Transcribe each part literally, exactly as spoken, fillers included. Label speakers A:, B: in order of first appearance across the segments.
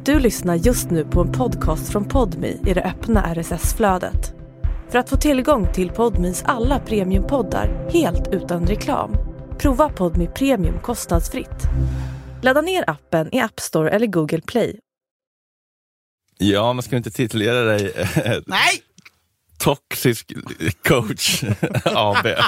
A: Du lyssnar just nu på en podcast från Podmi i det öppna R S S-flödet. För att få tillgång till Podmis alla premiumpoddar helt utan reklam, prova Podmi Premium kostnadsfritt. Ladda ner appen i App Store eller Google Play.
B: Ja, man ska inte titulera dig eh,
C: Nej!
B: Toxisk coach A B.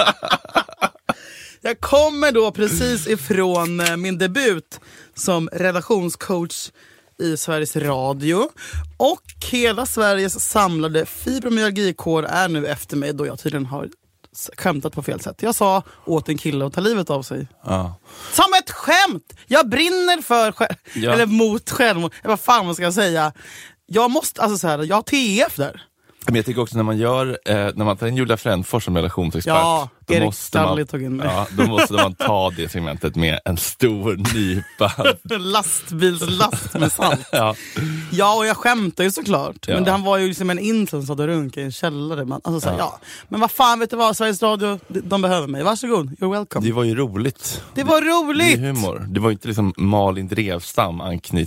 C: Jag kommer då precis ifrån min debut som redaktionscoach i Sveriges Radio. Och hela Sveriges samlade fibromyalgikår är nu efter mig, då jag tydligen har skämtat på fel sätt. Jag sa åt en kille att ta livet av sig.
B: Ja.
C: Som ett skämt! Jag brinner för själv...
B: Ja.
C: Eller mot självmord. Vad fan man ska säga. Jag måste, alltså så här, jag har T F där.
B: Men jag tycker också när man gör, eh, när man tar in Julia Frändfors som relationsexpert,
C: Ja,
B: då,
C: Erik
B: måste man,
C: tog in mig.
B: ja, då måste man ta det segmentet med en stor nypa.
C: Lastbilslast med salt.
B: Ja.
C: Ja, och jag skämtar ju såklart.
B: Ja.
C: Men det, han var ju liksom en intern som hade runkat i en källare. Man, alltså, så här,
B: Ja.
C: ja. Men vad fan, vet du vad? Sveriges Radio, de, de behöver mig. Varsågod, you're welcome.
B: Det var ju roligt.
C: Det var
B: Det
C: roligt!
B: är humor. Det var ju inte liksom Malin Drevstam,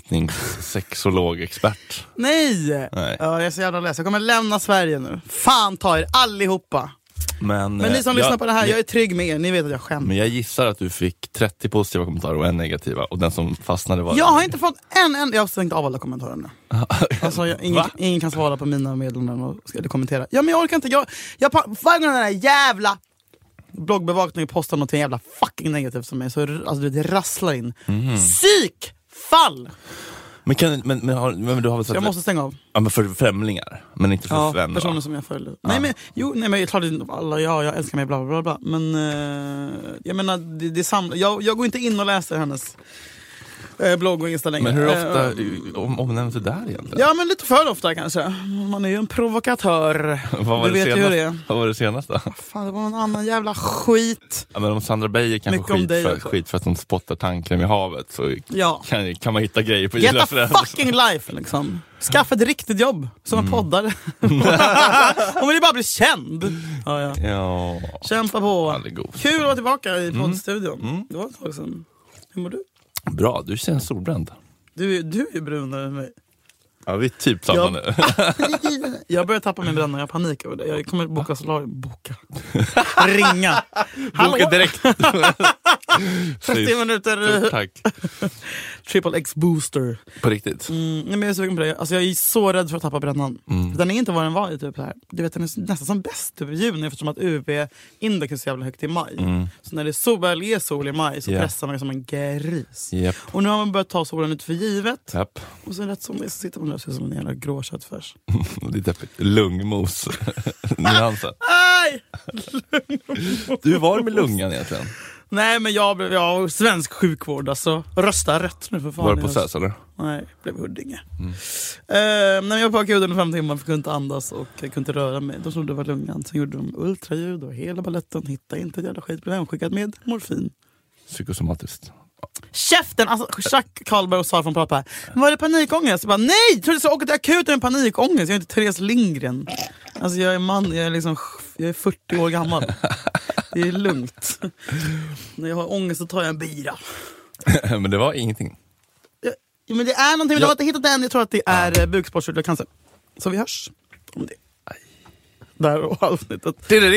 B: anknytningssexologexpert.
C: Nej!
B: Nej.
C: Ja, jag är så jävla ledsen. Jag kommer lämna Sverige nu. Fan ta er allihopa.
B: Men,
C: Men ni som
B: eh,
C: lyssnar
B: jag,
C: på det här,
B: jag,
C: jag är trygg med er. Ni vet att jag skäms.
B: Men jag gissar att du fick trettio positiva kommentarer och en negativa. Och den som fastnade var...
C: Jag har inte fått en enda... Jag har stängt av alla kommentarer nu. Alltså, jag, ingen, ingen kan svara på mina meddelanden och eller kommentera. Ja, men jag orkar inte. Jag, jag, varje gång den där jävla bloggbevakningen postar något jävla fucking negativt som mig, så alltså, det rasslar in.
B: Mm.
C: Psykfall!
B: Men, kan, men, men, har, men du har väl sagt...
C: Jag måste stänga av.
B: Ja, men för främlingar, men inte för
C: Ja,
B: vänner.
C: personer
B: va?
C: som jag följer.
B: Ja.
C: Nej men, jo, nej men jag klart alla, ja, jag älskar mig, bla bla bla. Men eh, jag menar, det, det samlar, jag, jag går inte in och läser hennes eh, blogg och Insta längre.
B: Men hur ofta
C: Eh,
B: om, omnämns du där egentligen?
C: Ja, men lite för ofta kanske. Man är ju en provokatör.
B: Vad var
C: Du
B: det
C: vet ju
B: senast?
C: hur det är.
B: Vad var det senaste?
C: Fan, det var någon annan jävla skit.
B: Ja, men om Sandra Beijer kanske
C: Mycket om
B: skit
C: dig
B: för,
C: också.
B: skit för att hon spottar tandkräm i havet, så
C: Ja.
B: kan, kan man hitta grejer på
C: Get
B: Julia
C: a
B: Frändfors.
C: fucking life liksom. Skaffa ett riktigt jobb som en
B: Mm.
C: poddare. Om vill bara bli känd. Ja, ja.
B: Ja,
C: Kämpa på.
B: han är god.
C: Kul att vara tillbaka i
B: Mm.
C: poddstudion.
B: Mm.
C: Det var ett tag sedan. Hur mår du?
B: Bra, du känns solbränd.
C: Du, du är ju brunare än mig.
B: Ja, vi är typ samma
C: Ja.
B: nu.
C: Jag börjar tappa min bränna, jag har panik över det. Jag kommer boka solarium. Boka. Ringa.
B: Boka direkt.
C: trettio minuter.
B: Stort tack.
C: Triple X booster.
B: På riktigt.
C: Mm, nej, men jag är sugen på det. Alltså, jag är så rädd för att tappa brännan.
B: Mm.
C: Den är inte vad den var i typ så här. Du vet, den är nästan som bäst över juni, eftersom att U V-index är så jävla högt i maj.
B: Mm.
C: Så när det är sol, väl är sol i maj så
B: Yeah.
C: pressar man som en gris.
B: Yep.
C: Och nu har man börjat ta solen ut för givet.
B: Japp.
C: Och så rätt som det så sitter man där så som en jävla grå köttfärs.
B: Det är deppigt. Lungmos. Nyansen.
C: Aj!
B: Du var med lungan egentligen.
C: Nej, men jag blev ja, svensk sjukvård, alltså. Rösta rätt nu för fan.
B: Var du på S Ö S eller?
C: Nej, blev Huddinge.
B: Mm.
C: Uh, när jag var på akuten i fem timmar för kunde inte andas och jag kunde inte röra mig. De trodde det var lungan. Sen gjorde de ultraljud och hela balletten. Hittade inte ett jävla skit. Blev hemskickad med morfin.
B: Psykosomatiskt.
C: Käften! Alltså, Jacques Karlberg och Sara från Prata här. Var det panikångest? Jag bara, nej! Jag trodde jag åka till akuten med panikångest. Jag är inte Therese Lindgren. Alltså jag är man, jag är liksom jag är fyrtio år gammal. Det är lugnt. När jag har ångest så tar jag en bira.
B: Men det var ingenting.
C: Ja, men det är någonting, men jag har inte hittat det än. Jag tror att det är ja. bukspottkörtelcancer. Så vi hörs om det.
B: Aj.
C: Där och avsnittet.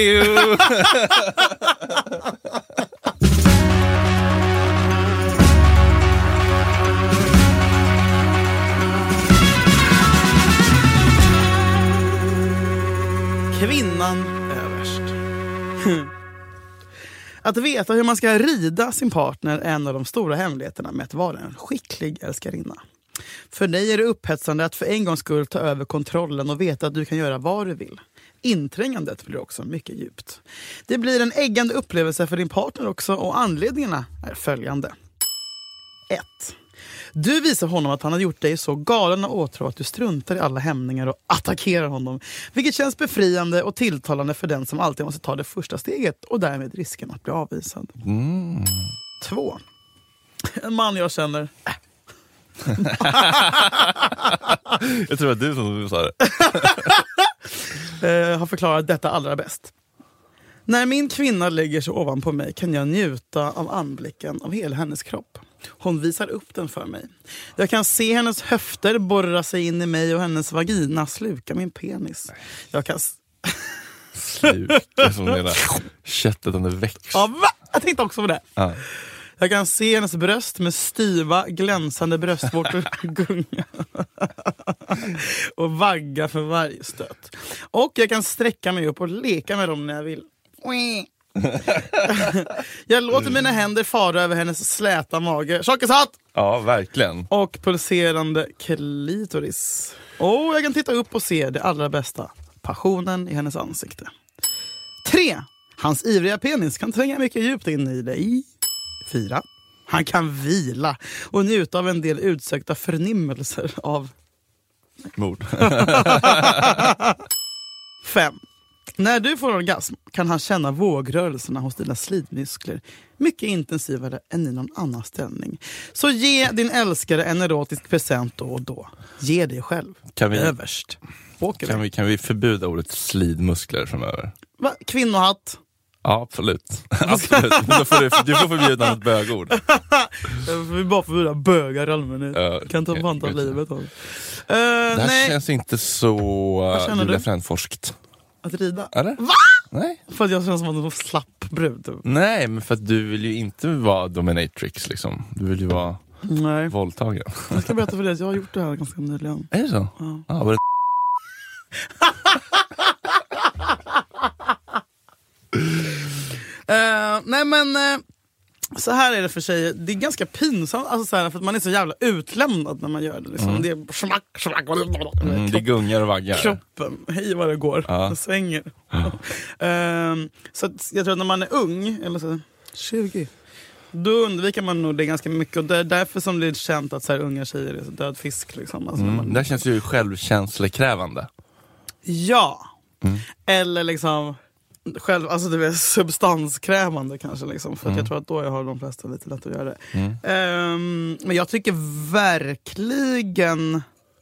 C: Kvinnan överst. Att veta hur man ska rida sin partner är en av de stora hemligheterna med att vara en skicklig älskarinna. För dig är det upphetsande att för en gångs skull ta över kontrollen och veta att du kan göra vad du vill. Inträngandet blir också mycket djupt. Det blir en äggande upplevelse för din partner också, och anledningarna är följande. ett. Du visar honom att han har gjort dig så galen och åtrå att du struntar i alla hämningar och attackerar honom. Vilket känns befriande och tilltalande för den som alltid måste ta det första steget och därmed risken att bli avvisad.
B: Mm.
C: Två. En man jag känner...
B: Jag tror att du som sa det.
C: uh, har förklarat detta allra bäst. När min kvinna lägger sig ovanpå mig kan jag njuta av anblicken av hela hennes kropp. Hon visar upp den för mig. Jag kan se hennes höfter borra sig in i mig och hennes vagina sluka min penis. Jag kan...
B: Sluka som det där köttet om det växer.
C: Ja, va? Jag tänkte också på det.
B: Ja.
C: Jag kan se hennes bröst med styva, glänsande bröstvårtor gunga och vagga för varje stöt. Och jag kan sträcka mig upp och leka med dem när jag vill. Jag låter mina händer fara över hennes släta mage. Tjockishatt!
B: Ja, verkligen.
C: Och pulserande klitoris. Och jag kan titta upp och se det allra bästa. Passionen i hennes ansikte. Tre. Hans ivriga penis kan tränga mycket djupt in i dig. Fyra. Han kan vila och njuta av en del utsökta förnimmelser av
B: Mord.
C: Fem. När du får orgasm kan han känna vågrörelserna hos dina slidmuskler mycket intensivare än i någon annan ställning. Så ge din älskare en erotisk present då och då. Ge dig själv.
B: Kan vi,
C: överst. Åker
B: kan vi, kan vi förbjuda ordet slidmuskler framöver?
C: Va? Kvinnohatt.
B: Ja, absolut. absolut. Då får du, du får förbjuda något bögord.
C: Vi bara förbjuda bögar i allmänhet.
B: Uh,
C: kan ta
B: okay,
C: panta
B: okay.
C: livet av. Uh,
B: det här
C: nej.
B: känns inte så Julia Fränforskt.
C: Att rida?
B: Eller?
C: Va?
B: Nej.
C: För att jag känns som en slapp brud. Typ.
B: Nej, men för att du vill ju inte vara dominatrix liksom. Du vill ju vara
C: nej.
B: våldtagen.
C: Jag ska berätta för dig att jag har gjort det här ganska nyligen.
B: Är det så?
C: Ja.
B: Ah, var det
C: uh, nej men uh, så här är det för sig. Det är ganska pinsamt alltså, så här, för att man är så jävla utlämnad när man gör det liksom. Mm. Det är smack, smack,
B: mm, det gungar och vaggar.
C: Kroppen, hej vad det går. Ja. Det svänger. Ja. uh, så att, jag tror att när man är ung eller så tjugo, då undviker man nog det ganska mycket. Och det är därför som det är känt att så här, unga tjejer är så död fisk liksom. Alltså,
B: mm,
C: man...
B: Det känns ju självkänslekrävande.
C: Ja.
B: Mm.
C: Eller liksom själv, alltså det är substanskrävande kanske liksom, för att
B: mm.
C: jag tror att då jag har de flesta lite lätt att göra det.
B: Mm.
C: Um, men jag tycker verkligen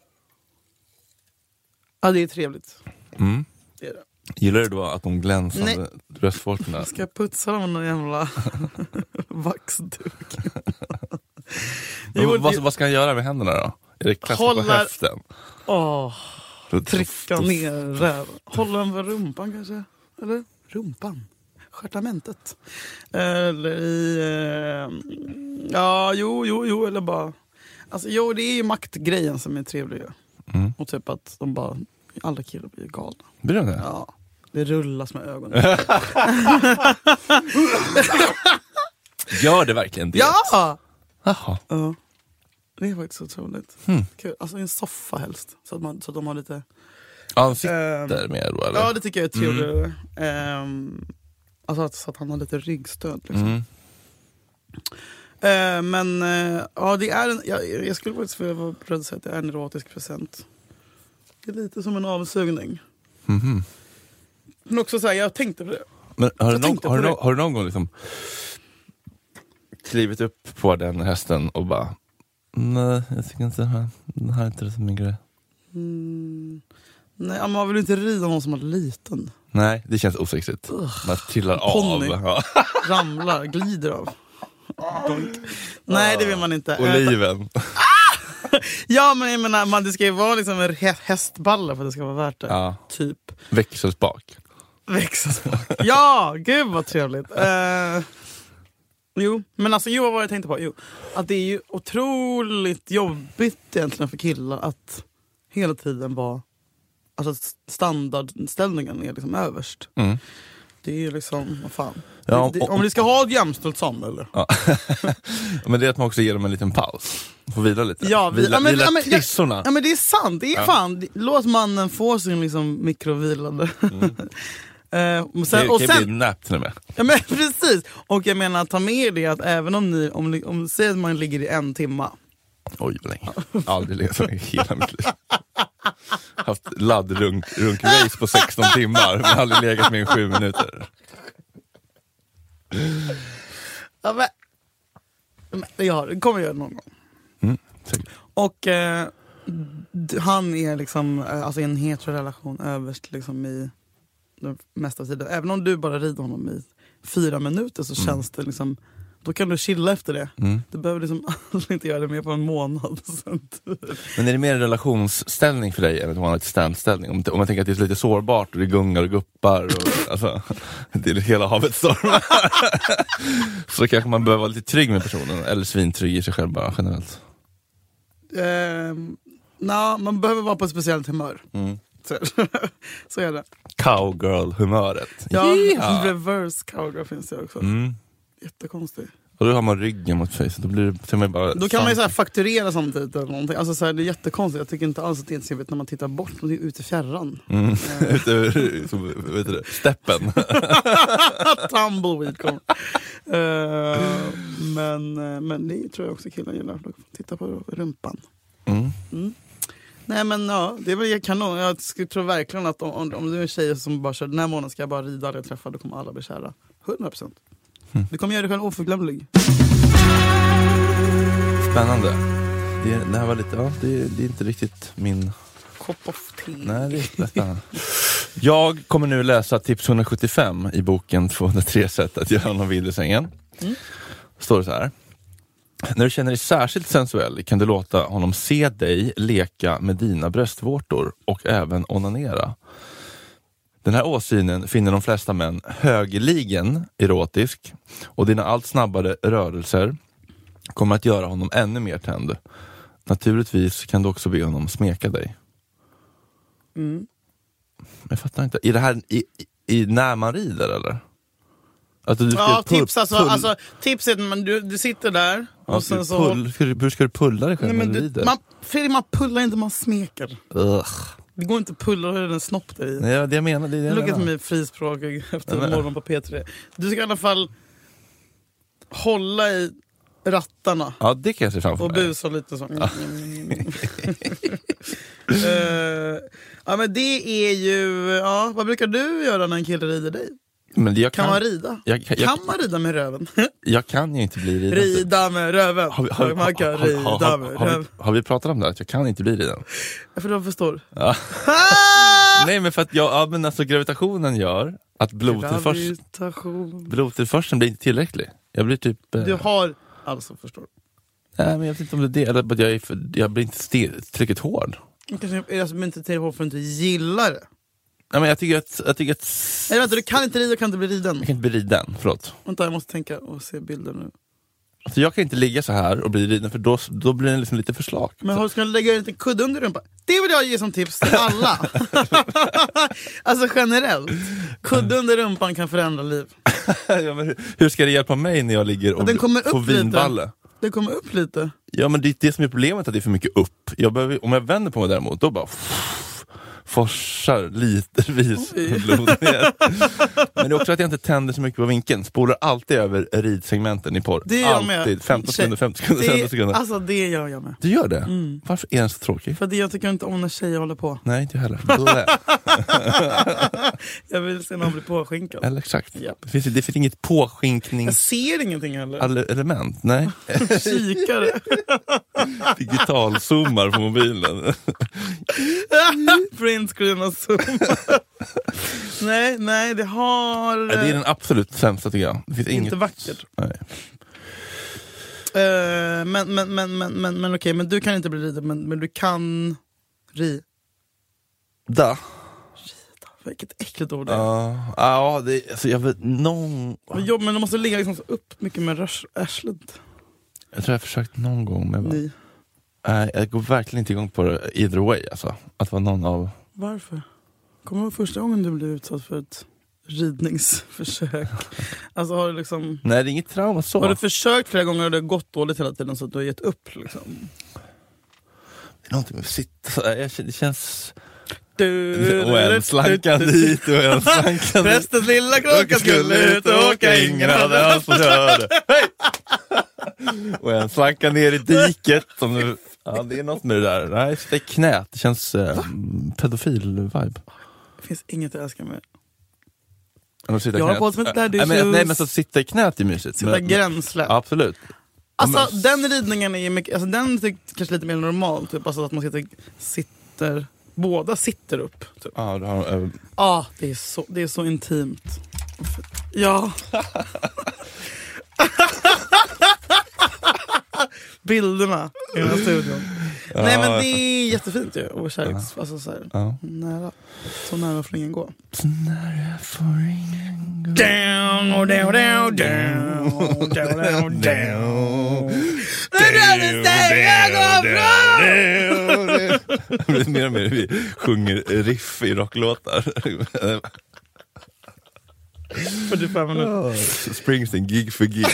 C: ja, det är trevligt.
B: Mm.
C: Det är det.
B: Gillar du då att de glänsande bröstvårtorna?
C: Jag ska putsa dem med någon jävla vaxduk.
B: jo, vad, vad ska han göra med händerna då? Är det klassiskt
C: hålla...
B: på höften?
C: Åh, trycka ner räv. Hålla den för rumpan kanske? Eller rumpan? Stjärtamentet. Eller i... Eh, ja, jo, jo, jo, eller bara... Alltså, jo, det är ju maktgrejen som är trevlig.
B: Mm.
C: Och typ att de bara... Alla killar blir galna.
B: Blir det?
C: Ja, det rullas med ögonen.
B: Gör det verkligen det?
C: Ja!
B: Jaha.
C: Ja. Det är faktiskt så otroligt.
B: Hmm.
C: Kul. Alltså i en soffa helst. Så att, man, så att de har lite...
B: Ja, han sitter
C: um,
B: med då, eller?
C: Ja, det tycker jag är trevligare. Mm. Um, alltså att, så att han har lite ryggstöd. Liksom.
B: Mm.
C: Uh, men uh, ja, det är en, jag, jag skulle faktiskt vilja vara beredd att säga att det är en erotisk present. Det är lite som en avsugning.
B: Mm-hmm.
C: Men också så här, jag tänkte på det.
B: Men har, du någon, har, du,
C: det.
B: har du någon gång liksom klivit upp på den hästen och bara nej, jag tycker inte det här, det här är inte så min grej.
C: Mm. Nej, men man vill ju inte rida någon som är liten.
B: Nej, det känns osexigt. Ugh. Man trillar
C: Pony.
B: av. Ja.
C: Ramlar, glider av. Nej, det vill man inte.
B: Oliven.
C: Ja, men jag menar, man, det ska ju vara liksom en hästballe för att det ska vara värt det.
B: Ja.
C: Typ.
B: Växelspak.
C: Växelspak. Ja, gud vad trevligt. Uh, jo, men alltså, jo, vad var jag tänkte på? Jo, att det är ju otroligt jobbigt egentligen för killar att hela tiden vara... Alltså standardställningen är liksom överst. Mm. Det är ju liksom, vad fan. Ja, det, det, om vi ska ha ett jämställt samhälle.
B: Ja. Men det är att man också ger dem en liten paus. Får vila lite.
C: Ja, vi,
B: vila,
C: ja, men,
B: vila
C: ja, men,
B: tissorna.
C: Ja, men det är sant. Det är ja. fan. Låt mannen få sin liksom mikrovilande. Mm. uh, och sen,
B: det
C: och
B: kan
C: sen,
B: bli nap till och med.
C: Ja, men precis. Och jag menar, ta med det att även om ni, om, om säger att man ligger i en timma.
B: Oj, vad länge. Aldrig legat så länge i hela mitt liv. Haft laddrunk-race på sexton timmar, men aldrig legat med i sju minuter.
C: Ja, men, men ja, det kommer jag göra någon gång.
B: Mm,
C: och eh, han är liksom, alltså i en heterorelation överst liksom i den mesta av tiden. Även om du bara rider honom i fyra minuter så mm. känns det liksom, då kan du chilla efter det. Mm. Du behöver liksom inte göra det mer på en månad.
B: Men är det mer en relationsställning för dig än ett vanligt standställning? Om, om man tänker att det är lite sårbart och det gungar och guppar och, alltså, det är hela havet stormar. Så kanske man behöver vara lite trygg med personen eller svintrygg i sig själv bara generellt.
C: Um, Nej, man behöver vara på ett speciellt humör. Mm. Så, så är det.
B: Cowgirl-humöret.
C: Ja, yeah. Reverse cowgirl finns det också. Mm. Jättekonstigt.
B: Och då har man ryggen mot face. Då, blir det, man bara
C: då kan man ju så här fakturera samtidigt eller någonting. Alltså så här, det är jättekonstigt. Jag tycker inte alls att det är trevligt när man tittar bort och det är ute i fjärran. Mm.
B: Uh. Ute som, vet du det, steppen.
C: Tumbleweed kom. Uh, men, men det tror jag också killar gillar. Titta på rumpan. Mm. Mm. Nej men ja, det är väl kanon. Jag tror verkligen att om, om du är en tjej som bara kör den här månaden ska jag bara rida eller träffa, då kommer alla bli kära. hundra procent. Mm. Du kommer göra dig själv oförglömlig.
B: Spännande. Det, det här var lite, ja, det, det är inte riktigt min
C: kopp of tea.
B: Nej, det är inte spännande. Jag kommer nu läsa tips hundrasjuttiofem i boken tvåhundratre sätt att göra någon vild i sängen. Mm. Står det så här. När du känner dig särskilt sensuell kan du låta honom se dig leka med dina bröstvårtor och även onanera. Den här åsynen finner de flesta män högeligen erotisk och dina allt snabbare rörelser kommer att göra honom ännu mer tänd. Naturligtvis kan du också be honom smeka dig. Mm. Jag fattar inte. Är det här i, i, i när man rider eller? Alltså, du ska
C: ja,
B: pull,
C: tips alltså,
B: pull. alltså
C: tipset, men du, du sitter där och
B: ja,
C: sen så...
B: Pull, hur ska du pulla dig själv när du rider?
C: Man, för man pullar inte, man smeker. Ugh. Det går inte att pulla och höra en snopp där i.
B: Nej, det jag menar. Det är det jag
C: Look at me frispråkig efter ja, morgon på P tre. Du ska i alla fall hålla i rattarna.
B: Ja, det kan jag se framför
C: och
B: mig.
C: Och busa lite så. Ja. uh, ja, men det är ju... Ja, vad brukar du göra när en kille rider dig?
B: Men jag
C: kan,
B: kan
C: man rida?
B: Jag, jag,
C: kan man rida med röven?
B: Jag kan ju inte bli riden.
C: Rida med röven.
B: Har vi, har,
C: man kan
B: har,
C: rida
B: har, har,
C: med
B: har,
C: röven.
B: vi, har vi pratat om det? Att jag kan inte bli riden?
C: Jag för jag förstår.
B: Ja. Nej, men för att jag, ja, men alltså, gravitationen gör att blodtillförseln blodtillförseln blir inte tillräcklig. Jag blir typ... Eh...
C: Du har alltså förstår.
B: Nej, men jag vet inte om det är det. Eller att jag, är för, jag blir inte stel, tillräckligt hård.
C: Kanske är jag inte tillräckligt hård för att inte gillar det.
B: Nej, men jag tycker att... Jag tycker att...
C: Nej, vänta, du kan inte rida och kan inte bli riden.
B: Jag kan inte bli riden, förlåt.
C: Vänta, jag måste tänka och se bilder nu.
B: Alltså jag kan inte ligga så här och bli riden för då, då blir den liksom lite för slak.
C: Men hur ska jag lägga en liten kudde under rumpan? Det vill jag ge som tips till alla. Alltså generellt. Kudde under rumpan kan förändra liv.
B: Ja, men hur, hur ska det hjälpa mig när jag ligger och får vinballe?
C: Det kommer upp lite.
B: Ja, men det är det som är problemet, att det är för mycket upp. Jag behöver, om jag vänder på mig däremot, då bara... forsar litervis blod ner. Men det är också att jag inte tänder så mycket på vinkeln. Spolar alltid över ridsegmenten i porr.
C: Det gör jag med.
B: Alltid. femton sekunder, femtio sekunder,
C: det,
B: femton sekunder.
C: Alltså det gör jag med.
B: Du gör det?
C: Mm.
B: Varför är den så tråkig?
C: För det jag tycker inte om när tjejer håller på.
B: Nej, inte heller.
C: Jag vill se någon bli påskinkad.
B: Eller exakt.
C: Yep.
B: Det, finns, det finns inget påskinknings...
C: Jag ser ingenting heller.
B: All element, nej.
C: Kikare.
B: Digitalzoomar på mobilen.
C: Printscreen och zoom. nej, nej, det har...
B: Nej, det är den absolut sämsta tycker jag. Det finns
C: inte
B: inget...
C: vackert.
B: Nej.
C: Uh, men, men, men, men, men, men okej, men du kan inte bli riden, men, men du kan ri...
B: Da.
C: Rida, vilket äckligt ord det är.
B: Ja, uh, uh, det, alltså jag vet, någon...
C: Men, jobb, men du måste ligga liksom upp mycket med arslet.
B: Jag tror jag har försökt någon gång med...
C: Nej.
B: Nej, jag går verkligen inte igång på det either way, alltså. Att vara någon av...
C: Varför? Kommer du ihåg första gången du blev utsatt för ett ridningsförsök? Alltså har du liksom...
B: Nej, det är inget trauma så.
C: Har du försökt flera gånger och det har gått dåligt hela tiden så att du har gett upp liksom?
B: Det är någonting med att sitta... Det känns...
C: Du,
B: och en slankan dit och en slankan dit.
C: Prästens lilla kråka skulle ut och åka, ingen hade alls fått höra det. Hej!
B: Och en slanka ner i diket som nu... Ja, det är något med det där. Nej, det är knät. Det känns eh, pedofil-vibe.
C: Det finns inget jag älskar med.
B: Jag har
C: på som ett daddy
B: nej, men, nej, men så sitta i knät är mysigt.
C: Sitta gränslöst.
B: Absolut.
C: Alltså
B: men,
C: den ridningen är mycket... Alltså den är kanske lite mer normal. Typ, alltså att man sitter, sitter båda sitter upp. Typ.
B: Ja, du har, uh...
C: ah, det, är så, det är så intimt. Ja. Bilderna i den här studion. Ja, nej men det är jättefint ju. Och kärleks, ja. Alltså så här, ja. nära. Så nära får ingen gå.
B: Så nära får ingen gå.
C: Down, down, down, down, down, down.
B: Det blir mer och mer vi sjunger riff i rocklåtar.
C: fyrtiofem minuter.
B: Springsteen, gig för gig.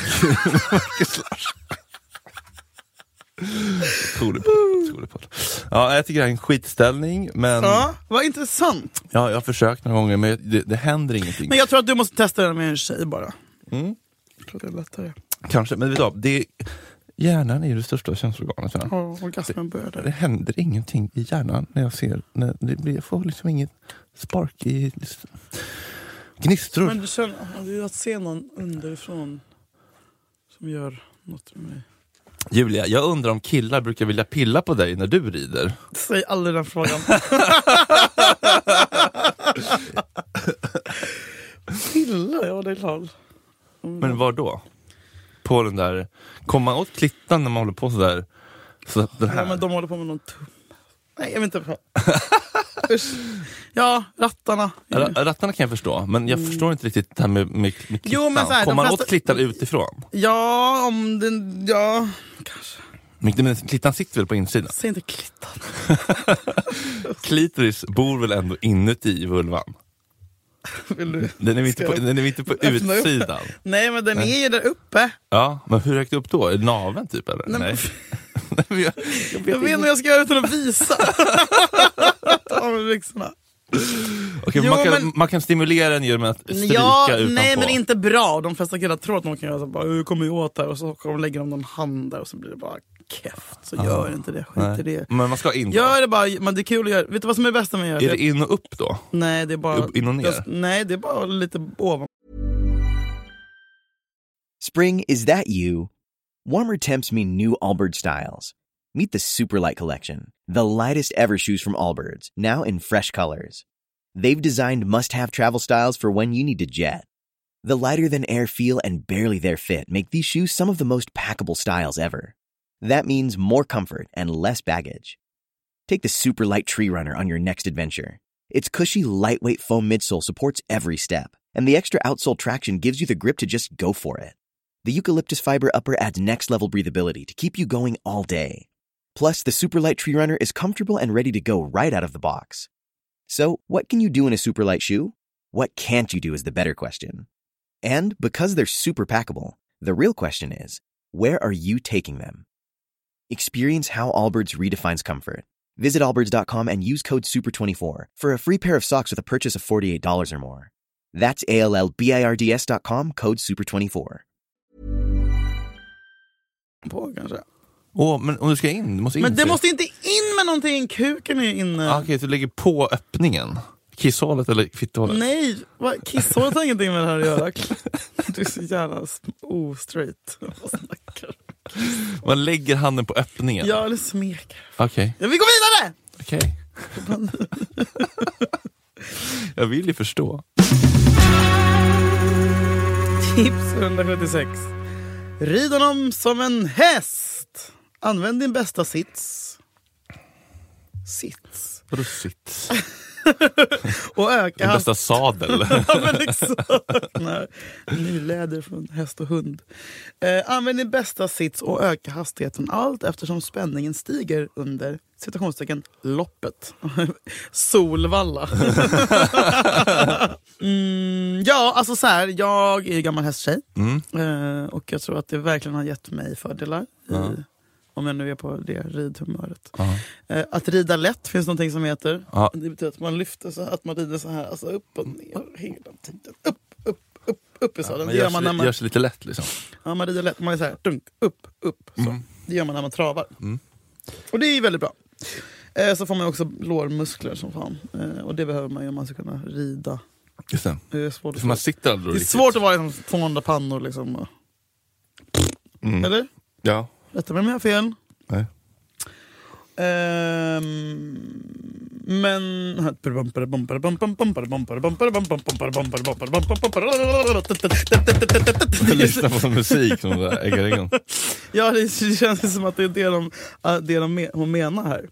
B: Otrolig podd. Ja, jag tycker det är en skitställning, men...
C: Ja, vad intressant.
B: Ja, jag har försökt några gånger, men det, det händer ingenting.
C: Men jag tror att du måste testa det med en tjej bara.
B: Mm.
C: Jag tror det är lättare.
B: Kanske, men vet du, det är... Hjärnan är ju det största känslorganet.
C: Ja, orgasmen börjar där.
B: Det händer ingenting i hjärnan när jag ser... När det blir, jag får liksom inget spark i... Gnistror.
C: Men du känner, det är att se någon underifrån som gör något med mig.
B: Julia, jag undrar om killar brukar vilja pilla på dig när du rider.
C: Säg aldrig den frågan. Pilla, ja det är klart. Mm.
B: Men var då? På den där... Kommer man åt klittan när man håller på sådär? Så den här...
C: Ja, men de håller på med någon tum. Nej, jag vet inte. Ja, rattarna.
B: R- rattarna kan jag förstå, men jag
C: Mm.
B: förstår inte riktigt det här med, med, med klittan.
C: Jo, men så här,
B: kommer
C: de
B: man
C: flesta-
B: åt klittan utifrån?
C: Ja, om den... Ja, kanske.
B: Men, men klittan sitter väl på insidan?
C: Säg inte klittan.
B: Klitoris bor väl ändå inuti i vulvan?
C: Vill du?
B: Den är inte på, den är inte på
C: öppna upp?
B: utsidan.
C: Nej, men den
B: Nej.
C: är ju där uppe.
B: Ja, men hur högt upp då? Är det naveln typ eller?
C: Nej, men-
B: Nej, men jag, jag vet
C: Jag vet inte vad jag ska göra utan att visa. Ta med byxorna.
B: Okej,
C: Jo,
B: man, kan,
C: men-
B: man kan stimulera den genom att stryka
C: Ja,
B: utanpå.
C: nej men inte bra. De flesta killar tror att de kan göra så bara, jag kommer ju åt här och så kommer de lägga dem någon hand där och så blir det bara keft. Så
B: Ah,
C: gör inte det, skit i det.
B: Men man ska in då.
C: Gör det bara, men det är kul att göra. Vet du vad som är det bästa med att göra?
B: Är det in och upp då?
C: Nej, det är bara...
B: Upp, in och ner?
C: Jag, nej, det är bara lite ovan.
D: Spring, is that you? Warmer temps mean new Allbirds styles. Meet the Superlight Collection, the lightest ever shoes from Allbirds, now in fresh colors. They've designed must-have travel styles for when you need to jet. The lighter-than-air feel and barely-there fit make these shoes some of the most packable styles ever. That means more comfort and less baggage. Take the Superlight Tree Runner on your next adventure. Its cushy, lightweight foam midsole supports every step, and the extra outsole traction gives you the grip to just go for it. The eucalyptus fiber upper adds next-level breathability to keep you going all day. Plus, the Superlight Tree Runner is comfortable and ready to go right out of the box. So, what can you do in a Superlight shoe? What can't you do is the better question. And because they're super packable, the real question is, where are you taking them? Experience how Allbirds redefines comfort. Visit allbirds dot com and use code super twenty-four for a free pair of socks with a purchase of forty-eight dollars or more. That's A L L B I R D S dot com, code super twenty-four.
C: På kanske.
B: Åh, men om du ska in, du måste in.
C: Men det måste inte in med någonting. Kuken är inne.
B: Ah, Okej, okay, så du lägger på öppningen. Kisshålet eller fitthålet?
C: Nej, vad- kisshålet har ingenting med det här att göra. Du är så jävla ostraight. Vad snackar du?
B: Man lägger handen på öppningen?
C: Ja, eller smekar.
B: Okej.
C: Ja, vi går vidare!
B: Okej. Jag vill ju förstå.
C: Tips etthundrasjuttiosex. Rid honom som en häst. Använd din bästa sits. Sits.
B: Vadå sits?
C: Och öka
B: Den bästa sadel.
C: Ja, men exakt. Nej, ny läder från häst och hund. Eh, använd din bästa sits och öka hastigheten allt eftersom spänningen stiger under citationstecken loppet. Solvalla. mm, ja, alltså så här, jag är ju gammal hästtjej.
B: Mm.
C: Eh, och jag tror att det verkligen har gett mig fördelar.
B: Ja.
C: I, om jag nu är på det ridhumöret.
B: Ja.
C: Eh, att rida lätt finns någonting som heter.
B: Ja.
C: Det betyder att man lyfter så att man rider så här, alltså upp och ner hela tiden. Upp, upp, upp, upp i sadeln.
B: Men
C: Det gör
B: gör,
C: man när
B: sig,
C: man,
B: gör sig lite lätt liksom.
C: ja, man rider lätt. Man är så här, dunk, upp, upp. Så.
B: Mm.
C: Det gör man när man travar.
B: Mm.
C: Och det är väldigt bra. Eh, så får man också lårmuskler som fan. Eh, och det behöver man ju om man ska kunna rida.
B: Just det.
C: Det är svårt,
B: För man sitter aldrig
C: det är
B: riktigt.
C: svårt att vara liksom, tvåhundra pannor liksom. Och,
B: Mm.
C: eller?
B: Ja.
C: Rätta mig om jag har fel.
B: Nej.
C: Ehm, Men...
B: Lyssna på musik som där äggaringen.
C: Ja, det känns som att det är det, de, det de, hon menar här.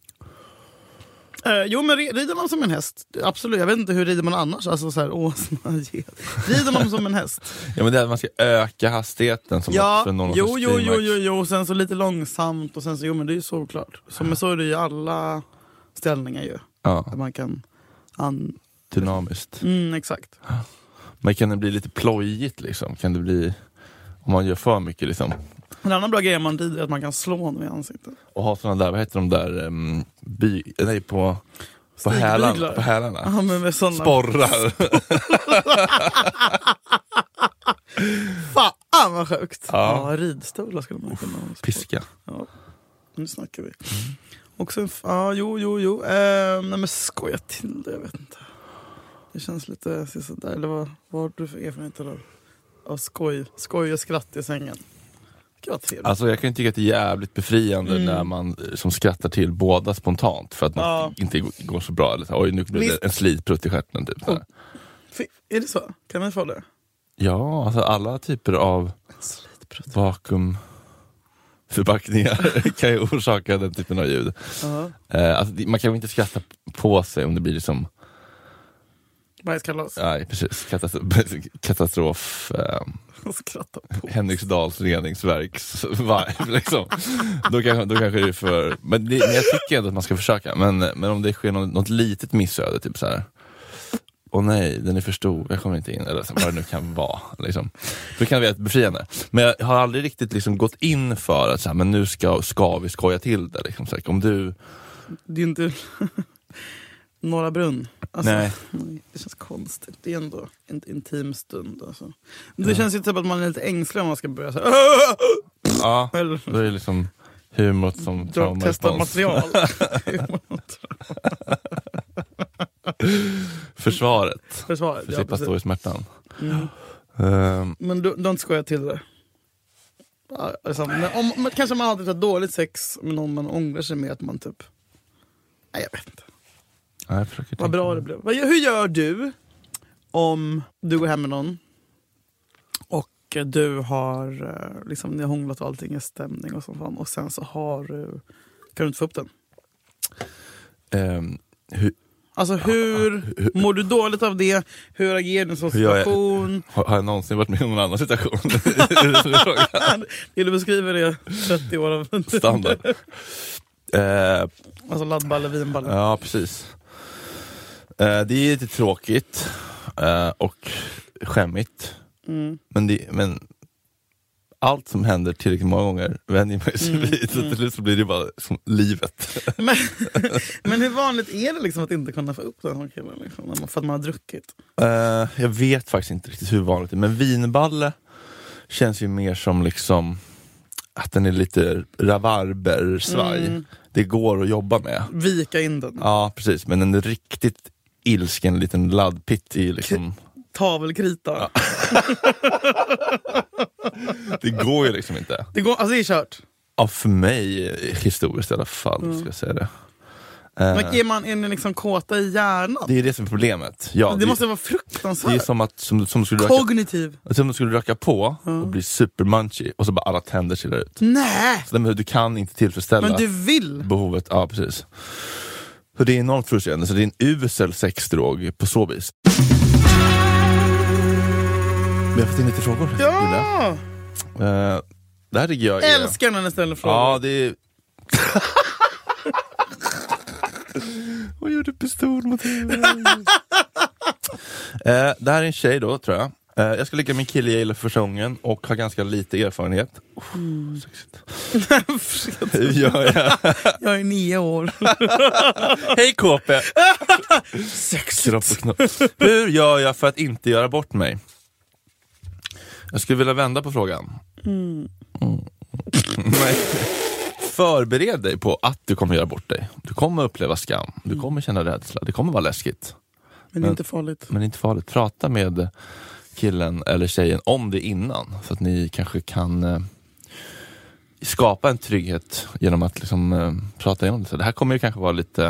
C: Uh, jo, men rider man som en häst? Absolut, jag vet inte hur rider man annars. Alltså så här, åh, rider man som en häst?
B: Ja, men det är att man ska öka hastigheten som
C: ja,
B: för någon
C: jo, jo, jo, jo, jo, sen så lite långsamt och sen så, jo men det är ju såklart. Så, men så är det ju alla ställningar ju.
B: Ja.
C: Där man kan... An...
B: Dynamiskt.
C: Mm, exakt.
B: Men kan det bli lite plojigt liksom? Kan det bli, om man gör för mycket liksom?
C: En annan bra grej om man rider är att man kan slå honom i ansiktet.
B: Och ha sådana där, vad heter de där, um, by, nej på, på, hälan, på hälarna.
C: Ja, men med såna...
B: Sporrar.
C: Fan vad sjukt.
B: Ja,
C: ja ridstolar skulle man kunna ha.
B: Piska.
C: Ja, nu snackar vi. Mm. Också en, ja, jo, jo, jo. Eh, nej men skoja till det, jag vet inte. Det känns lite sådär, eller vad, vad har du för erfarenheter av, av skoj, skoj och skratt i sängen?
B: Alltså jag kan tycka att det är jävligt befriande mm. när man som skrattar till båda spontant för att man ja. inte går så bra. Eller så, oj, nu blir det en slitprutt i stjärten typ. Så
C: är det så? Kan man få det?
B: Ja, alltså alla typer av vakuumförpackningar kan ju orsaka den typen av ljud. Uh-huh. eh, alltså, man kan ju inte skratta på sig om det blir liksom
C: bajskalas.
B: Nej, precis. Katastrof, katastrof eh, Henriksdals reningsverks vibe, liksom. då, kanske, då kanske det är för... Men, det, men jag tycker ändå att man ska försöka. Men, men om det sker något, något litet missöde, typ så här. Åh nej, den är för stor, jag kommer inte in. Eller så, vad det nu kan vara. Liksom. Då kan det vara ett befriande. Men jag har aldrig riktigt liksom gått in för att så här, men nu ska, ska vi skoja till det. Liksom. Så här, om du...
C: Det är inte... Norra Brunn. Alltså,
B: nej.
C: Det känns konstigt. Det är ändå en intim stund. Alltså. Det ja. känns ju typ att man är lite ängslig om man ska börja så här.
B: Ja, eller, då är det liksom humor som trauma.
C: Testa material.
B: Försvaret.
C: Försvaret,
B: för att slippa
C: ja,
B: stå i smärtan.
C: Mm.
B: Um,
C: men du, du inte skoja till det. Alltså, men om, men kanske man hade ett dåligt sex med någon man ångrar sig med att man typ... Nej, jag vet inte.
B: Nej,
C: vad bra det blev. Hur gör du om du går hem med någon och du har liksom, ni har hånglat och allting är stämning och sånt, och sen så har du, kan du inte få upp den?
B: Um, hur,
C: alltså hur, hur mår du dåligt av det? Hur agerar du i en sån situation?
B: Jag, har, har jag någonsin varit med i någon annan situation?
C: Vill du beskriva det trettio år av
B: standard? uh,
C: alltså laddballe, vinballe.
B: Ja, precis. Uh, det är lite tråkigt uh, och skämmigt. Mm. Men, det, men allt som händer tillräckligt många gånger vänjer mig sig vid. Mm, så till slut så blir det bara som livet.
C: Men, men hur vanligt är det liksom att inte kunna få upp den här killen liksom, för att man har druckit?
B: Uh, jag vet faktiskt inte riktigt hur vanligt det är. Men vinballe känns ju mer som liksom att den är lite rabarbersvaj. Mm. Det går att jobba med.
C: Vika in den.
B: Ja, precis. Men en riktigt ilsken liten laddpitt i liksom... K-
C: tavelkrita. Ja.
B: Det går ju liksom inte.
C: Det går, alltså det är kört.
B: Ja, för mig historiskt i alla fall, mm. ska jag säga det.
C: Men är man är liksom kåta i hjärnan?
B: Det är det som är problemet. Ja,
C: det, det måste vara fruktansvärt.
B: Det är som att som, som skulle
C: kognitiv.
B: Röka, som du skulle röka på mm. och bli supermunchy och så bara alla tänder chillar ut.
C: Nej.
B: Så du kan inte tillfredsställa.
C: Men du vill.
B: Behovet, ja precis. Så det är enormt frustrerande. Så det är en usel sexdrog på så vis. Vi har fått in lite frågor.
C: Ja!
B: Uh, det här tycker jag är...
C: Älskar när ni ställer frågor.
B: Ja, det är... Vad gjorde pistol mot huvudet? uh, Det här är en tjej då, tror jag. Uh, jag ska ligga med min kille jag gillar för första gången och har ganska lite erfarenhet. Oh,
C: mm.
B: Hur gör jag?
C: Jag är nio år.
B: Hej K P!
C: Sexigt.
B: Hur gör jag för att inte göra bort mig? Jag skulle vilja vända på frågan. Mm. Mm. Nej. Förbered dig på att du kommer göra bort dig. Du kommer uppleva skam. Du kommer känna rädsla. Det kommer vara läskigt.
C: Men, men inte farligt.
B: Men inte farligt. Prata med killen eller tjejen om det innan. Så att ni kanske kan eh, skapa en trygghet genom att liksom, eh, prata igenom det. Så det här kommer ju kanske vara lite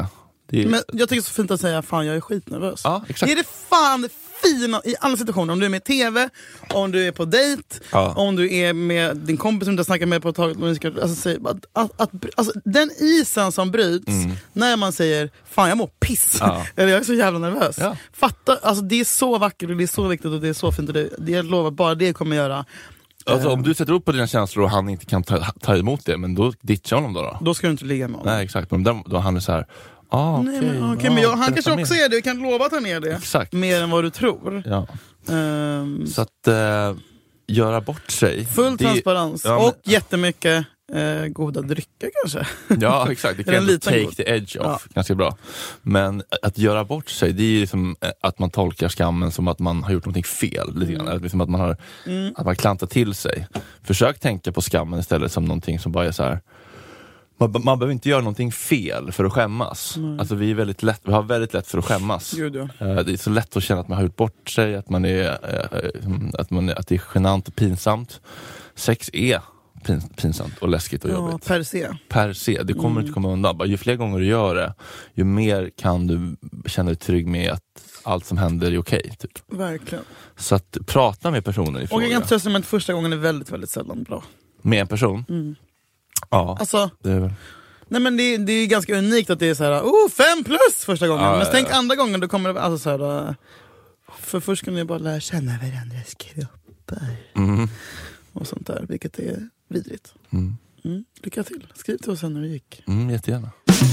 B: Det är...
C: Men jag tycker det är så fint att säga fan jag är skitnervös.
B: Ja, exakt.
C: Det är det fan det fina i alla situationer. Om du är med i tv, om du är på dejt,
B: Ja.
C: om du är med din kompis som du har snackat med på ett tag. Alltså, säg, att, att, att, alltså, den isen som bryts mm. när man säger fan jag mår piss.
B: Ja.
C: Eller jag är så jävla nervös.
B: Ja.
C: Fatta, alltså, det är så vackert och det är så viktigt och det är så fint. Och det, det jag lovar, bara det kommer göra.
B: Alltså, om du sätter upp på dina känslor och han inte kan ta, ta emot det, men då ditchar honom då, då?
C: Då ska du inte ligga med honom.
B: Nej, exakt. Men då, då han är så här. Ah,
C: Nej,
B: okay,
C: men, okay,
B: ja,
C: men jag, han kanske
B: med.
C: också är det, jag kan lova att han är det.
B: Exakt.
C: Mer än vad du tror.
B: Ja.
C: Um,
B: Så att uh, göra bort sig.
C: Full det, transparens
B: ja, men,
C: och jättemycket eh, goda drycker kanske.
B: Ja, exakt. Det kan ändå take god. the edge off. Ja. Ganska bra. Men att göra bort sig, det är ju liksom att man tolkar skammen som att man har gjort någonting fel. Lite grann. Mm. Liksom att man har mm. att man klantar till sig. Försök tänka på skammen istället som någonting som bara är så här. Man, man behöver inte göra någonting fel för att skämmas. Mm. Alltså vi är väldigt lätt, vi har väldigt lätt för att skämmas.
C: Gud, ja.
B: Det är så lätt att känna att man har gjort bort sig, att man är att man att det är genant och pinsamt. Sex är pin, pinsamt och läskigt och
C: ja,
B: jobbigt.
C: Per se.
B: Per se, det kommer mm. inte komma undan. Bara ju fler gånger du gör det, ju mer kan du känna dig trygg med att allt som händer är okej. Typ.
C: Verkligen.
B: Så att prata med personen i fråga.
C: Och jag kan trösta mig att första gången är väldigt, väldigt sällan bra.
B: Med en person?
C: Mm.
B: Ja,
C: alltså,
B: det är väl.
C: Nej men det, det är ganska unikt att det är så här, oh, fem plus första gången.
B: Ja,
C: men
B: ja,
C: tänk
B: ja.
C: andra gången, då kommer det alltså så här, för först ska ni bara lära känna varandras kroppar.
B: Mm.
C: Och sånt där, vilket är vidrigt.
B: Mm.
C: Mm. Lycka till, skriv till oss sen när det gick.
B: Mm, jättegärna.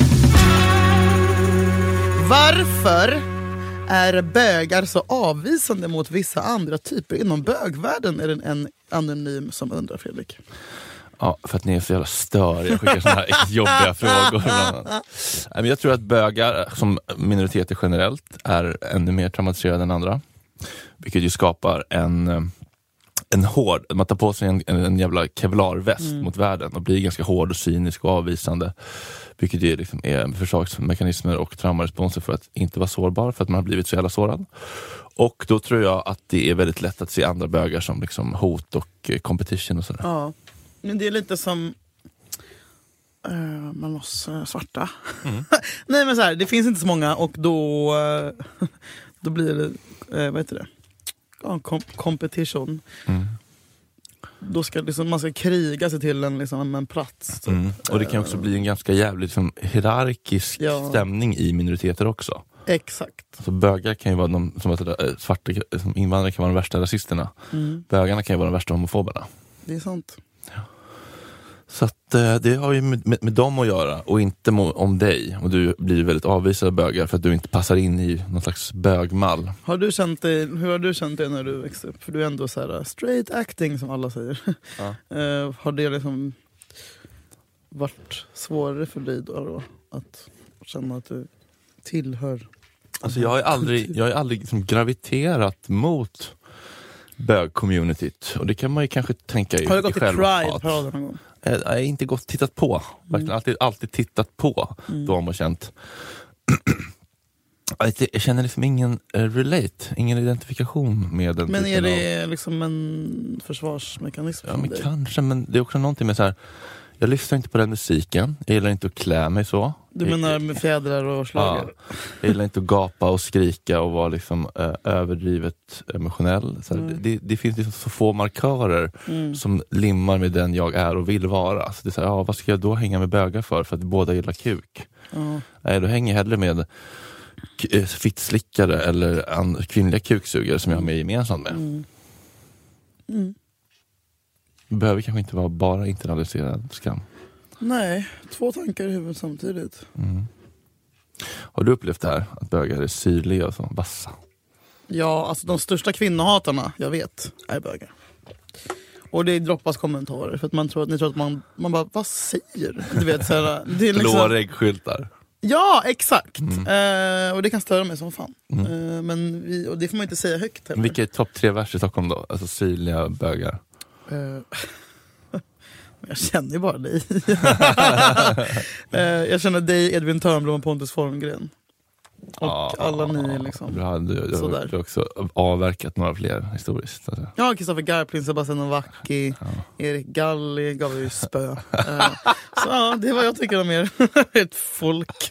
C: Varför är bögar så avvisande mot vissa andra typer? Inom bögvärlden är det en anonym som undrar, Fredrik.
B: Ja, för att ni är så jävla störiga. Jag skickar såna här jobbiga frågor. Men jag tror att bögar som minoriteter generellt är ännu mer traumatiserade än andra. Vilket ju skapar en, en hård... Man tar på sig en, en, en jävla kevlarväst mm. mot världen och blir ganska hård och cynisk och avvisande. Vilket ju liksom är försvarsmekanismer och traumaresponser för att inte vara sårbar, för att man har blivit så jävla sårad. Och då tror jag att det är väldigt lätt att se andra bögar som liksom hot och competition och sådär.
C: Ja. Men det är lite som uh, man oss uh, svarta. Mm. Nej men så här, det finns inte så många och då uh, då blir det uh, vad heter det? Ja, kom- competition. Mm. Då ska liksom, man ska kriga sig till en, liksom, en plats. Typ.
B: Mm. Och det kan också bli en ganska jävligt liksom, hierarkisk ja. stämning i minoriteter också.
C: Exakt.
B: Så bögar kan ju vara de som heter, svarta som invandrare kan vara de värsta rasisterna. Mm. Bögarna kan ju vara de värsta homofoberna.
C: Det är sant.
B: Ja. Så att, det har ju med, med, med dem att göra och inte må, om dig. Och du blir väldigt avvisad av bögar för att du inte passar in i någon slags bögmall.
C: Har du känt dig, hur har du känt dig när du växte upp? För du är ändå så här straight acting som alla säger. Ja. uh, har det liksom varit svårare för dig då, då att känna att du tillhör?
B: Alltså jag har aldrig, jag har aldrig liksom graviterat mot bög-communityt. Och det kan man ju kanske tänka i
C: Har du gått
B: i
C: till Pride-paraden någon gång?
B: Jag har inte gått tittat på. Verkligen mm. alltid, alltid tittat på mm. dem och känt. Jag känner liksom ingen relate, ingen identifikation med den.
C: Men är det av... liksom en försvarsmekanism?
B: Ja, men kanske, men det är också någonting med så här. Jag lyssnar inte på den musiken. Jag gillar inte att klä mig så.
C: Du menar med fjädrar och slager? Ja,
B: jag gillar inte att gapa och skrika och vara liksom ö, överdrivet emotionell. Så mm. det, det finns liksom så få markörer mm. som limmar med den jag är och vill vara. Så det är så här, ja, vad ska jag då hänga med bögar för? För att båda gillar kuk. Mm. Nej, då hänger jag hellre med k- fittslickare eller an, kvinnliga kuksugare som jag har med gemensamt med. Mm. Mm. Det behöver kanske inte vara bara internaliserad skam.
C: Nej, två tankar i huvudet samtidigt.
B: Mm. Har du upplevt det här? Att bögar är syrliga och så vassa?
C: Ja, alltså de största kvinnohatarna jag vet är bögar. Och det droppas kommentarer för att man tror att ni tror att man, man bara, vad säger du? vet, så här, det är liksom...
B: Blå reggskyltar.
C: Ja, exakt. Mm. Uh, och det kan störa mig som fan. Mm. Uh, men vi, och det får man inte säga högt heller.
B: Vilka är topp tre vers i Stockholm då? Alltså syrliga bögar. Uh,
C: jag känner ju bara dig. uh, jag känner dig, Edvin Törnblom och Pontus Formgren. Och
B: Ja,
C: alla ni liksom.
B: Du har, du, du,
C: Sådär.
B: du har också avverkat några fler historiskt. Alltså.
C: Ja, Kristoffer Garplind, Sebastian Vacchi, ja. Erik Galli gav ju spö. uh, så ja, det är vad jag tycker om er. Ett folk.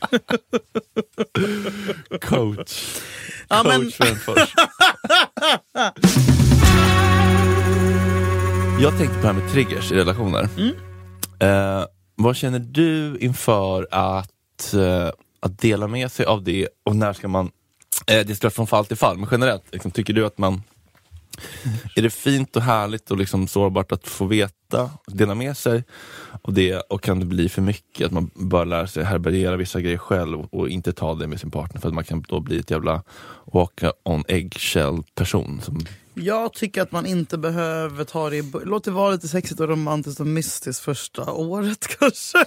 B: Coach.
C: Ja,
B: Coach
C: men...
B: Frändfors. Jag tänkte på det här med triggers i relationer.
C: Mm.
B: Eh, vad känner du inför att, eh, att dela med sig av det, och när ska man, eh, det är klart från fall till fall, men generellt, liksom, tycker du att man, mm. är det fint och härligt och liksom sårbart att få veta, dela med sig av det, och kan det bli för mycket att man bör lära sig härbärgera vissa grejer själv och inte ta det med sin partner, för att man kan då bli ett jävla walk on eggshell person som...
C: Jag tycker att man inte behöver ta det i... Låt det vara lite sexigt och romantiskt och mystiskt första året kanske.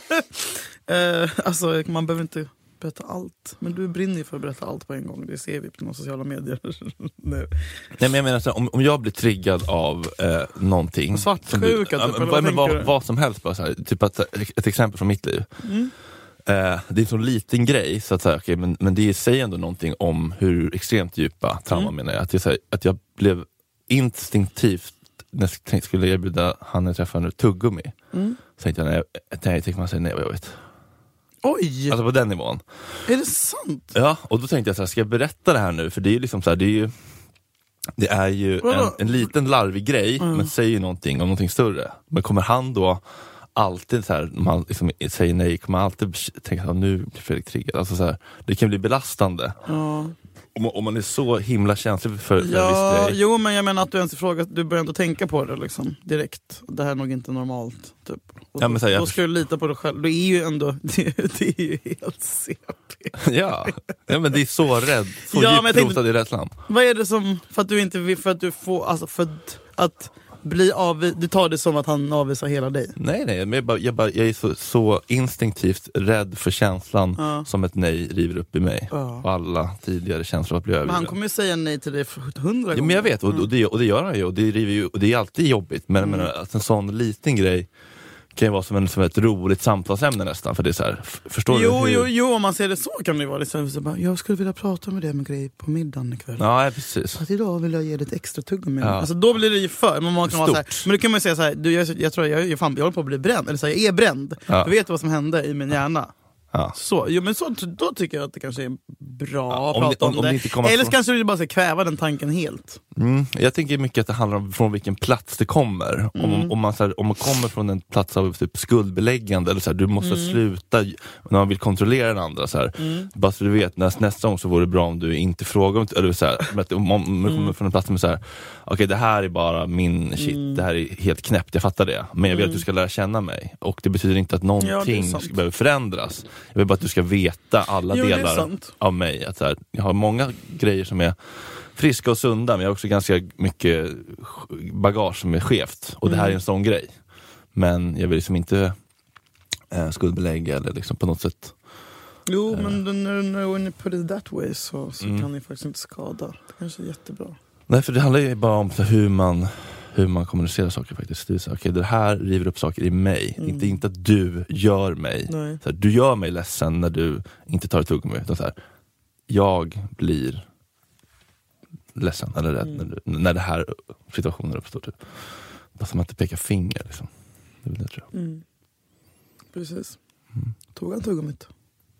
C: eh, alltså man behöver inte berätta allt. Men du brinner ju för att berätta allt på en gång. Det ser vi på de sociala medier nu.
B: Nej, men jag menar så här, om, om jag blir triggad av eh, någonting...
C: Svartsjuka typ,
B: ja, men, vad, vad, vad som helst bara så här, typ att, ett exempel från mitt liv. Mm. Eh, det är en så liten grej så att säga, okay, men, men det säger ändå någonting om hur extremt djupa trauma mm. menar jag. Att jag, här, att jag blev instinktivt, när jag skulle erbjuda han jag träffade nu tuggummi, mm. så tänkte jag, nej, jag tänkte man säger nej vad jag vet.
C: Oj!
B: Alltså på den nivån.
C: Är det sant?
B: Ja, och då tänkte jag så här, ska jag berätta det här nu? För det är ju liksom så här, det är ju det är ju en, en liten larvig grej, mm. men säger någonting om någonting större. Men kommer han då alltid så här, man liksom säger nej, kommer alltid tänka att nu blir Fredrik triggad. Alltså så här, det kan bli belastande.
C: Ja.
B: Om, om man är så himla känslig för, för
C: ja,
B: en viss grej.
C: Jo, men jag menar att du ens frågar, du börjar ändå tänka på det liksom, direkt. Det här är nog inte normalt. Typ. Och
B: ja, men så här,
C: då,
B: jag
C: då ska du lita på dig själv. Det är ju ändå, det, det är ju helt C P.
B: Ja. ja, men det är så rädd. Så
C: ja,
B: djupt rotad i rädslan.
C: Vad är det som, för att du inte vill, för att du får, alltså för att, att bli avvis, du tar det som att han avvisar hela dig?
B: Nej, nej, men jag, bara, jag, bara, jag är så, så instinktivt rädd för känslan ja. som ett nej river upp i mig. Ja. Och alla tidigare känslor att bli över.
C: Men han kommer ju säga nej till dig för hundra gånger.
B: Ja, men jag vet, och, och, det, och det gör han ju, och det, river ju, och det är alltid jobbigt. Men mm. jag menar, att en sån liten grej kan ju vara som, en, som ett roligt samtalsämne nästan, för det är så här, f- förstår
C: jo,
B: du hur...
C: Jo, jo, om man ser det så kan det ju vara liksom, så bara, jag skulle vilja prata med dig om en grej på middagen ikväll.
B: Ja, precis.
C: Så att idag vill jag ge dig ett extra tuggummi.
B: Ja.
C: Alltså då blir det ju för, men man kan vara så här, men då kan man ju säga så här, du, jag, jag tror jag, jag, fan, jag håller på att bli bränd, eller så här, jag är bränd. Ja. Du vet vad som hände i min hjärna. Ja. Så, jo, men så, då tycker jag att det kanske är bra ja, att prata om, om, om det. det. Eller så kanske du bara ska kväva den tanken helt.
B: Mm, jag tänker mycket att det handlar om från vilken plats det kommer. Mm. Om, om, man, så här, om man kommer från en plats av typ skuldbeläggande, eller så här, du måste mm. sluta när man vill kontrollera den andra. Så här. Mm. Bara så du vet, nästa, nästa gång så vore det bra om du inte frågar. Eller så här, om, om du kommer mm. från en plats med så här, okej, okay, det här är bara min shit, mm. det här är helt knäppt, jag fattar det. Men jag vill mm. att du ska lära känna mig. Och det betyder inte att någonting ja, behöver förändras. Jag vill bara att du ska veta alla jo, delar av mig. Att så här, jag har många grejer som är friska och sunda, men jag har också ganska mycket bagage som är skevt. Och mm. det här är en sån grej. Men jag vill liksom inte äh, skuldbelägga eller liksom på något sätt.
C: Jo, äh, men när du put it that way så, så mm. kan ni faktiskt inte skada. Det kanske är jättebra. Nej, för det handlar ju bara om så hur man hur man kommunicerar saker faktiskt. Det är så, okay, det här river upp saker i mig. Mm. Inte, inte att du gör mig. Så här, du gör mig ledsen när du inte tar ett tuggummi. Utan så här, jag blir ledsen eller rädd mm. när, du, när det här situationen uppstår. Typ. Bara som att inte peka finger. Liksom. Det är det, tror jag. Mm. Precis. Mm. Tog han tuggummit?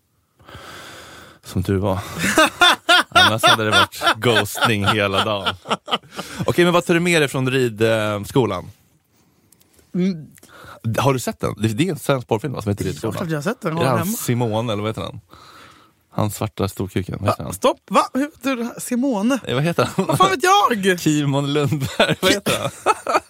B: Som tur var. Annars hade det varit ghosting hela dagen. Okej, men vad tar du med dig från ridskolan? Mm. Har du sett den? Det är en svensk porrfilm som heter Ridskolan.
C: Jag har sett den.
B: Är det han Simone, eller vad heter han? Han svarta storkuken. Vad heter han?
C: Stopp, va? Hur heter du? Simone?
B: Eh, vad heter han?
C: Vad fan vet jag?
B: Kimon Lundberg, vad heter han?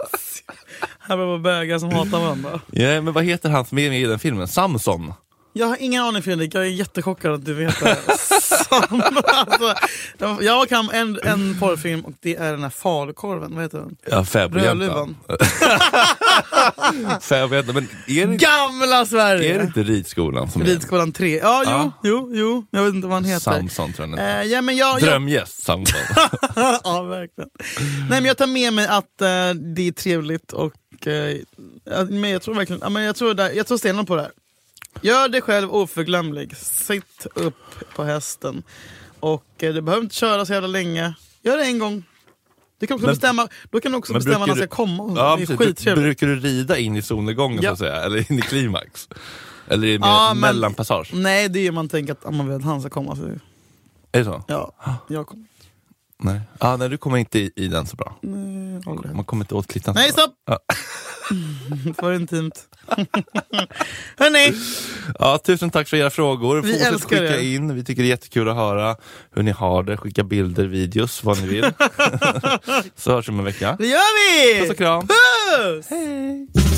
C: Här var bara bögar som hatar varandra.
B: Ja, men vad heter han som är med i den filmen? Samson.
C: Jag har ingen aning, Fredrik. Jag är jättechockad att du vet det. alltså, jag kan en, en porrfilm och det är den här falukorven. Vad heter den?
B: Ja, Fäbodjäntan. Fäbodjäntan. Men är det,
C: gamla Sverige!
B: Är det inte Ridskolan som
C: Ridskolan tre. Ja, jo, ja. jo, jo. Jag vet inte vad han heter.
B: Samson tror jag.
C: Eh, ja, men jag,
B: Drömgäst, Samson.
C: Ja, verkligen. Nej, men jag tar med mig att uh, det är trevligt och uh, men jag tror verkligen, uh, men jag tror, där, jag tror stenarna på det här. Gör dig själv oförglömlig. Sitt upp på hästen Och eh, du behöver inte köra så jävla länge. Gör det en gång. Du kan också
B: men,
C: bestämma, då kan du också bestämma när han ska komma.
B: Ja,
C: det är
B: precis. Brukar du rida in i solnedgången
C: ja.
B: så att säga? Eller in i klimax? Eller är det
C: ja,
B: mer mellanpassage?
C: Nej, det är ju man tänker att man vill att han ska komma. Så.
B: Är det så?
C: Ja, jag kommer.
B: Nej. Ah, nej, du kommer inte i, i den så bra.
C: Nej,
B: man kommer inte åt klittan.
C: Nej, stopp!
B: Ja.
C: För intimt. Hörrni!
B: Ja, tusen tack för era frågor.
C: Vi
B: Fortsätt
C: älskar
B: skicka
C: det.
B: in. Vi tycker det är jättekul att höra hur ni har det. Skicka bilder, videos, vad ni vill. Så hörs vi om en vecka.
C: Det gör vi!
B: Puss och kram.
C: Puss!
B: Hej!